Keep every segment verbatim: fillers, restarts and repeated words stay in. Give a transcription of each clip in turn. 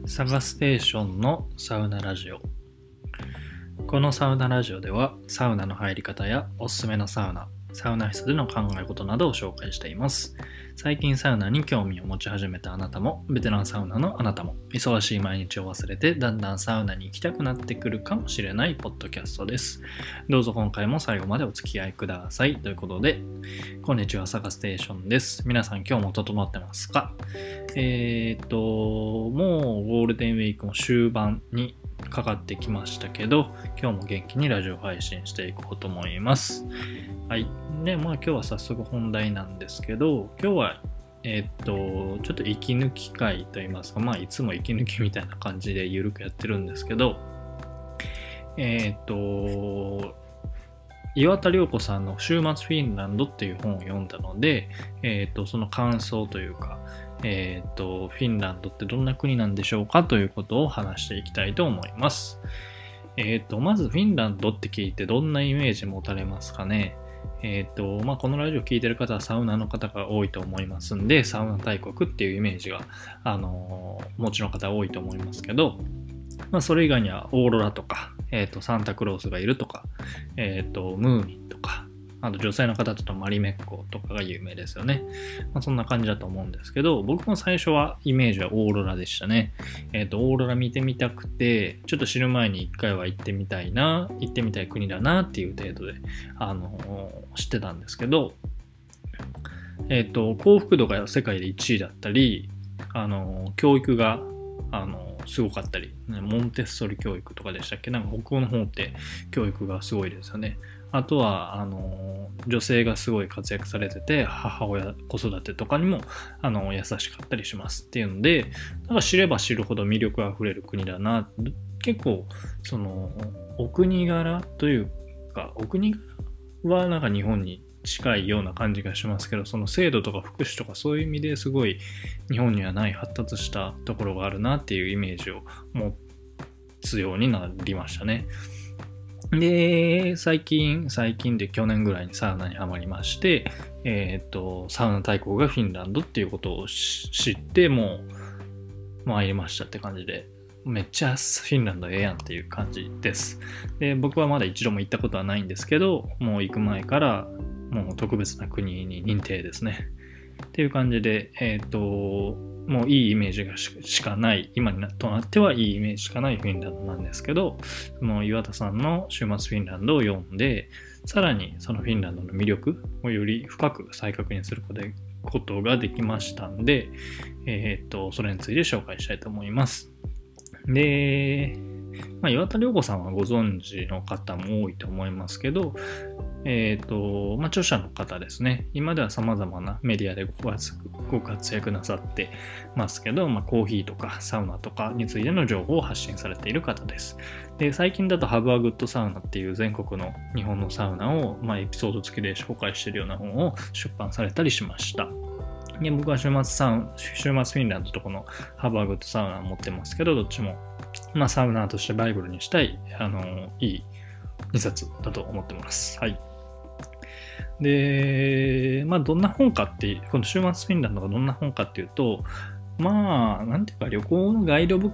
サガステーションのサウナラジオ。このサウナラジオではサウナの入り方やおすすめのサウナ、サウナ室での考え事などを紹介しています。最近サウナに興味を持ち始めたあなたも、ベテランサウナのあなたも、忙しい毎日を忘れてだんだんサウナに行きたくなってくるかもしれないポッドキャストです。どうぞ今回も最後までお付き合いください。ということで、こんにちは、サガステーションです。皆さん今日も整ってますか？えーっと、もうゴールデンウィークも終盤にかかってきましたけど、今日も元気にラジオ配信していこうと思います。はい。で、まあ今日は早速本題なんですけど、今日は、えーっと、ちょっと息抜き会といいますか、まあいつも息抜きみたいな感じでゆるくやってるんですけど、えーっと、岩田涼子さんの週末フィンランドっていう本を読んだので、えーっと、その感想というか、えーっと、フィンランドってどんな国なんでしょうかということを話していきたいと思います。えーっと、まずフィンランドって聞いてどんなイメージ持たれますかね？えっと、まあ、このラジオ聞いてる方はサウナの方が多いと思いますんで、サウナ大国っていうイメージが、あのー、もちろん方多いと思いますけど、まあ、それ以外にはオーロラとか、えっと、サンタクロースがいるとか、えっと、ムーミンとか、あと女性の方だとマリメッコとかが有名ですよね。まあ、そんな感じだと思うんですけど、僕も最初はイメージはオーロラでしたね。えっと、オーロラ見てみたくて、ちょっと知る前に一回は行ってみたいな、行ってみたい国だなっていう程度で、あのー、知ってたんですけど、えっと、幸福度が世界でいちいだったり、あのー、教育が、あのー、すごかったり、ね、モンテッソリ教育とかでしたっけ？なんか北欧の方って教育がすごいですよね。あとは、あの、女性がすごい活躍されてて、母親、子育てとかにも、あの、優しかったりしますっていうので、だから知れば知るほど魅力あふれる国だな。結構、その、お国柄というか、お国柄はなんか日本に近いような感じがしますけど、その制度とか福祉とかそういう意味ですごい日本にはない発達したところがあるなっていうイメージを持つようになりましたね。で、最近、最近で去年ぐらいにサウナにハマりまして、えっと、サウナ大国がフィンランドっていうことを知って、もう参りましたって感じで、めっちゃフィンランドええやんっていう感じです。で、僕はまだ一度も行ったことはないんですけど、もう行く前からもう特別な国に認定ですね。っていう感じで、えっと、もういいイメージが し, しかない、今にとなってはいいイメージしかないフィンランドなんですけど、その岩田さんの週末フィンランドを読んで、さらにそのフィンランドの魅力をより深く再確認することができましたんで、えっと、それについて紹介したいと思います。で、まあ、岩田涼子さんはご存知の方も多いと思いますけど、えっと、まあ、著者の方ですね。今では様々なメディアでご活躍、ご活躍なさってますけど、まあ、コーヒーとかサウナとかについての情報を発信されている方です。で、最近だと Have a Good Sauna っていう全国の日本のサウナを、まあ、エピソード付きで紹介しているような本を出版されたりしました。で、僕は週末サウン、週末フィンランドとこの Have a Good Sauna を持ってますけど、どっちも、まあ、サウナーとしてバイブルにしたい、あの、いいにさつだと思ってます。はい。で、まあ、どんな本かって、この週末フィンランドがどんな本かっていうと、まあ、なんていうか、旅行のガイドブッ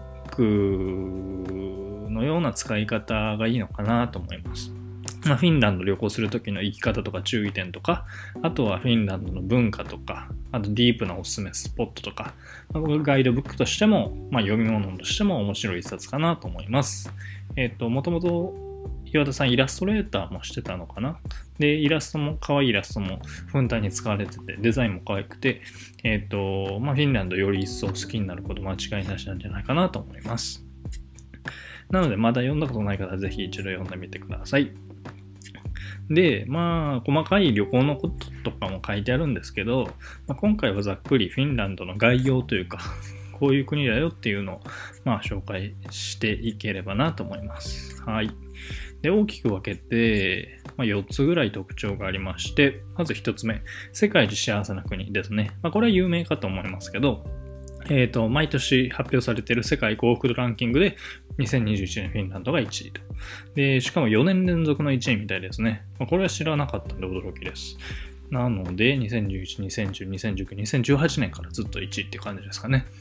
クのような使い方がいいのかなと思います。まあ、フィンランド旅行するときの行き方とか注意点とか、あとはフィンランドの文化とか、あとディープなおすすめスポットとか、まあ、ガイドブックとしても、まあ、読み物としても面白い一冊かなと思います。えっと、もともと岩田さんイラストレーターもしてたのかな。で、イラストも、可愛いイラストもふんだんに使われてて、デザインも可愛くて、えっと、まあ、フィンランドより一層好きになること間違いなしなんじゃないかなと思います。なので、まだ読んだことない方はぜひ一度読んでみてください。で、まあ、細かい旅行のこととかも書いてあるんですけど、まあ、今回はざっくりフィンランドの概要というか、こういう国だよっていうのを、まあ、紹介していければなと思います。はい。で、大きく分けて、まあ、よっつぐらい特徴がありまして、まずひとつめ、世界一幸せな国ですね。まあ、これは有名かと思いますけど、えっと、毎年発表されている世界幸福度ランキングでにせんにじゅういちねんフィンランドがいちいと。で、しかもよねん連続のいちいみたいですね。まあ、これは知らなかったんで驚きです。なので、にせんじゅういち、にせんじゅう、にせんじゅうきゅう、にせんじゅうはちねんからずっといちいって感じですかね。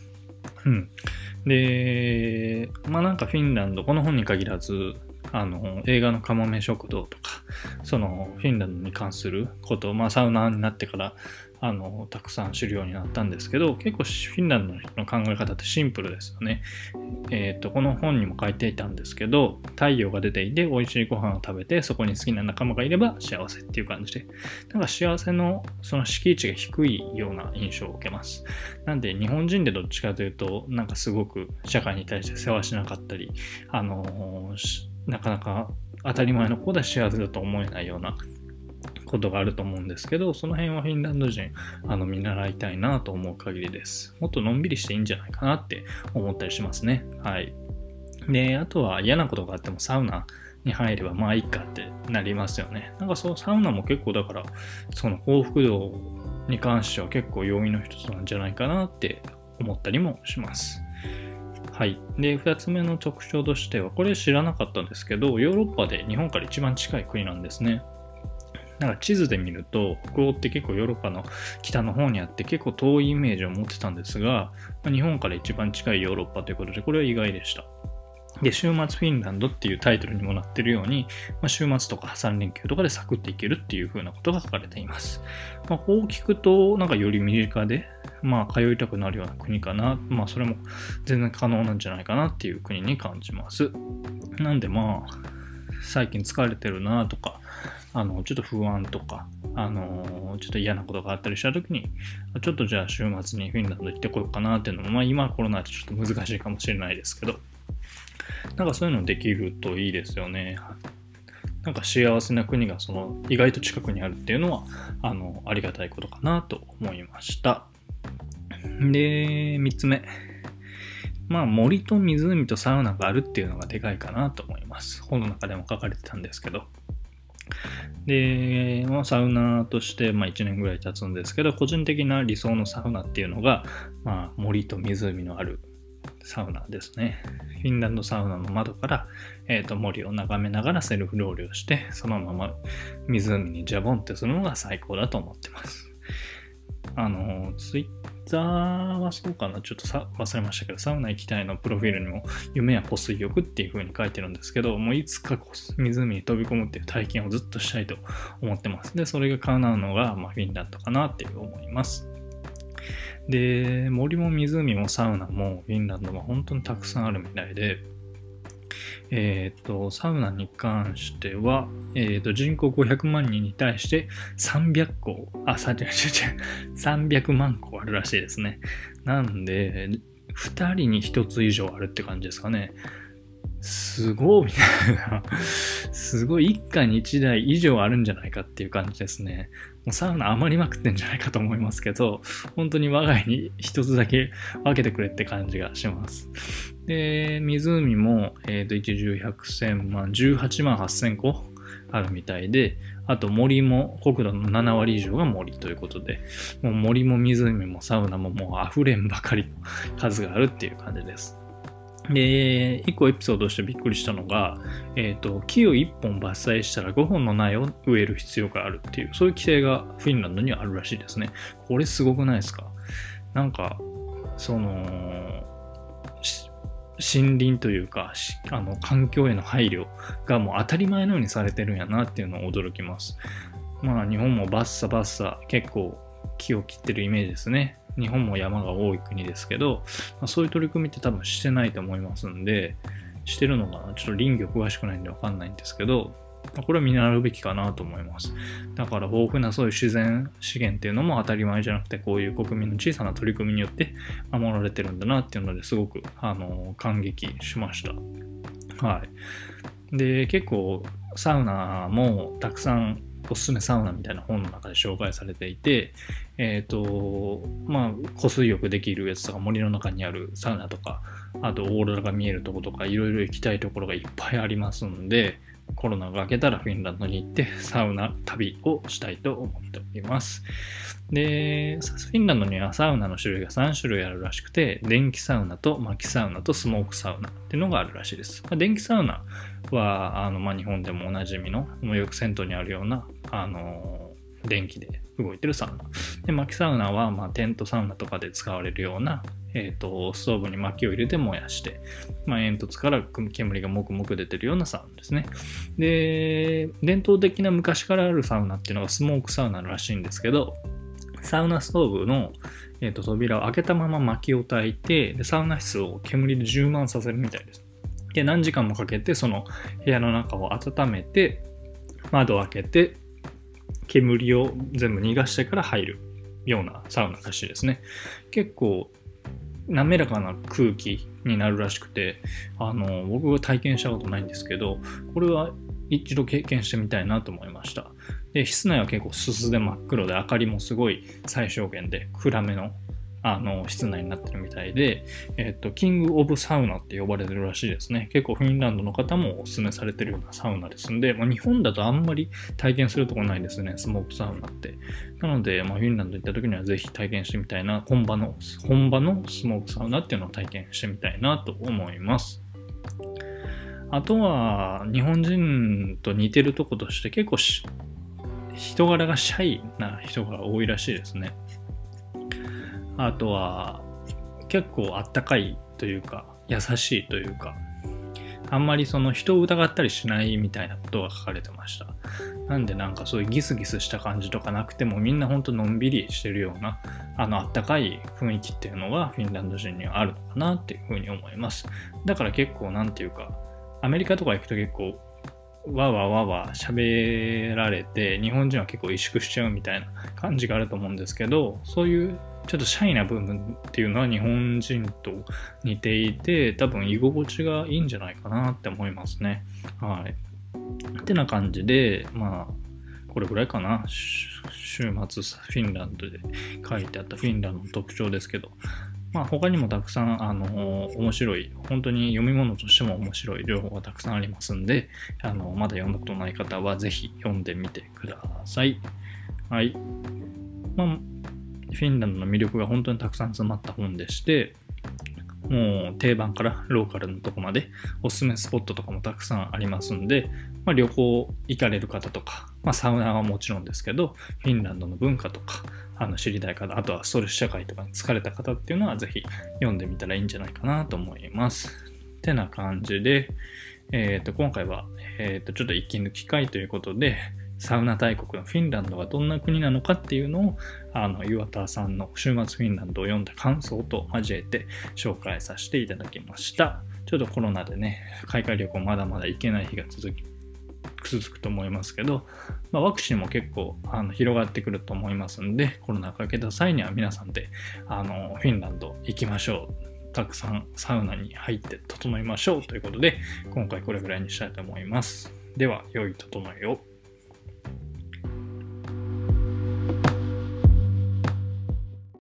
うん。で、まあなんかフィンランド、この本に限らず、あの映画のカモメ食堂とか、そのフィンランドに関することを、まあ、サウナーになってからあのたくさん知るようになったんですけど、結構フィンランドの人の考え方ってシンプルですよね。えーと、この本にも書いていたんですけど、太陽が出ていて美味しいご飯を食べて、そこに好きな仲間がいれば幸せっていう感じで、なんか幸せのその敷地が低いような印象を受けます。なんで日本人でどっちかというと、なんかすごく社会に対して世話しなかったり、あのーなかなか当たり前のことで幸せだと思えないようなことがあると思うんですけど、その辺はフィンランド人あの見習いたいなと思う限りです。もっとのんびりしていいんじゃないかなって思ったりしますね。はい。で、あとは嫌なことがあってもサウナに入ればまあいいかってなりますよね。なんかそう、サウナも結構だからその幸福度に関しては結構要因の一つなんじゃないかなって思ったりもします。はい。で、二つ目の特徴としては、これ知らなかったんですけど、ヨーロッパで日本から一番近い国なんですね。なんか地図で見ると、北欧って結構ヨーロッパの北の方にあって結構遠いイメージを持ってたんですが、日本から一番近いヨーロッパということで、これは意外でした。で、週末フィンランドっていうタイトルにもなっているように、まあ、週末とかさん連休とかでサクッと行けるっていう風なことが書かれています。まあ、こう聞くと、なんかより身近で、まあ、通いたくなるような国かな。まあ、それも全然可能なんじゃないかなっていう国に感じます。なんでまあ、最近疲れてるなとか、あの、ちょっと不安とか、あの、ちょっと嫌なことがあったりしたときに、ちょっとじゃあ週末にフィンランド行ってこようかなっていうのも、まあ今コロナでちょっと難しいかもしれないですけど、なんかそういうのできるといいですよね。なんか幸せな国がその意外と近くにあるっていうのは、あの、ありがたいことかなと思いました。で、みっつめ。まあ森と湖とサウナがあるっていうのがでかいかなと思います。本の中でも書かれてたんですけど。で、まあ、サウナーとしてまあいちねんぐらい経つんですけど、個人的な理想のサウナっていうのが、まあ、森と湖のあるサウナですね。フィンランドサウナの窓から、えーと、森を眺めながらセルフロウリュをして、そのまま湖にジャボンってするのが最高だと思ってます。あの、ツイッターはそうかな、ちょっとさ忘れましたけど、サウナ行きたいのプロフィールにも、夢は湖水浴っていう風に書いてるんですけど、もういつか湖に飛び込むっていう体験をずっとしたいと思ってます。で、それが叶うのが、まあ、フィンランドかなって思います。で、森も湖もサウナもフィンランドは本当にたくさんあるみたいで、えっ、ー、と、サウナに関しては、えっ、ー、と、人口ごひゃくまんにんに対してさんびゃっこ、あ、さんびゃく、さんびゃくまんこあるらしいですね。なんで、ふたりにひとつ以上あるって感じですかね。すごいみたいな。すごい一家に一台以上あるんじゃないかっていう感じですね。もうサウナ余りまくってんじゃないかと思いますけど、本当に我が家に一つだけ分けてくれって感じがします。で、湖も、えっと、一重百千万、じゅうはちまんはっせんこあるみたいで、あと森も国土のななわり以上が森ということで、もう森も湖もサウナももう溢れんばかりの数があるっていう感じです。で、一個エピソードとしてびっくりしたのが、えっと、木をいっぽん伐採したらごほんの苗を植える必要があるっていう、そういう規制がフィンランドにはあるらしいですね。これすごくないですか？なんか、その、森林というか、あの、環境への配慮がもう当たり前のようにされてるんやなっていうのを驚きます。まあ、日本もバッサバッサ結構木を切ってるイメージですね。日本も山が多い国ですけど、まあ、そういう取り組みって多分してないと思いますんで、してるのかな？ちょっと林業詳しくないんでわかんないんですけど、これは見習うべきかなと思います。だから豊富なそういう自然資源っていうのも当たり前じゃなくて、こういう国民の小さな取り組みによって守られてるんだなっていうのですごく、あの、感激しました。はい。で、結構サウナもたくさんおすすめサウナみたいな本の中で紹介されていて、えっと、まあ、湖水浴できるやつとか森の中にあるサウナとか、あとオーロラが見えるところとか、いろいろ行きたいところがいっぱいありますんで、コロナが明けたらフィンランドに行ってサウナ旅をしたいと思っております。で、フィンランドにはサウナの種類がさん種類あるらしくて、電気サウナと薪サウナとスモークサウナっていうのがあるらしいです。まあ、電気サウナはあの、まあ、日本でもおなじみの、よく銭湯にあるようなあの電気で動いてるサウナ。で、薪サウナは、まあ、テントサウナとかで使われるような、えっと、ストーブに薪を入れて燃やして、まあ、煙突から煙がもくもく出てるようなサウナですね。で、伝統的な昔からあるサウナっていうのがスモークサウナらしいんですけど、サウナストーブの、えー、と扉を開けたまま薪を焚いて、でサウナ室を煙で充満させるみたいです。で、何時間もかけてその部屋の中を温めて、窓を開けて、煙を全部逃がしてから入るようなサウナらしいですね。結構滑らかな空気になるらしくて、あの僕は体験したことないんですけど、これは一度経験してみたいなと思いました。で、室内は結構すすで真っ黒で、明かりもすごい最小限で暗めのあの室内になってるみたいで、えっと、キングオブサウナって呼ばれてるらしいですね。結構フィンランドの方もお勧めされてるようなサウナですんで、まあ、日本だとあんまり体験するとこないですね、スモークサウナって。なので、まあ、フィンランド行った時にはぜひ体験してみたいな、本場の、本場のスモークサウナっていうのを体験してみたいなと思います。あとは、日本人と似てるとことして結構人柄がシャイな人が多いらしいですね。あとは結構あったかいというか優しいというか、あんまりその人を疑ったりしないみたいなことが書かれてました。なんでなんかそういうギスギスした感じとかなくても、みんなほんとのんびりしてるようなあのあったかい雰囲気っていうのがフィンランド人にはあるのかなっていうふうに思います。だから結構なんていうか、アメリカとか行くと結構わわわわ喋られて、日本人は結構萎縮しちゃうみたいな感じがあると思うんですけど、そういうちょっとシャイな部分っていうのは日本人と似ていて、多分居心地がいいんじゃないかなって思いますね。はい。ってな感じで、まあ、これぐらいかな。週末フィンランドで書いてあったフィンランドの特徴ですけど、まあ他にもたくさん、あの、面白い、本当に読み物としても面白い情報がたくさんありますんで、あの、まだ読んだことない方はぜひ読んでみてください。はい。まあ、フィンランドの魅力が本当にたくさん詰まった本でして、もう定番からローカルのとこまでおすすめスポットとかもたくさんありますんで、まあ、旅行行かれる方とか、まあ、サウナはもちろんですけど、フィンランドの文化とかあの知りたい方、あとはストレス社会とかに疲れた方っていうのはぜひ読んでみたらいいんじゃないかなと思います。ってな感じで、えー、と今回は、えー、とちょっと息抜き会ということで、サウナ大国のフィンランドがどんな国なのかっていうのを、あの岩田さんの週末フィンランドを読んだ感想と交えて紹介させていただきました。ちょっとコロナでね、海外旅行まだまだ行けない日が続き続くと思いますけど、まあ、ワクチンも結構あの広がってくると思いますんで、コロナが明けた際には皆さんであのフィンランド行きましょう。たくさんサウナに入って整いましょうということで、今回これぐらいにしたいと思います。では、良い整いを。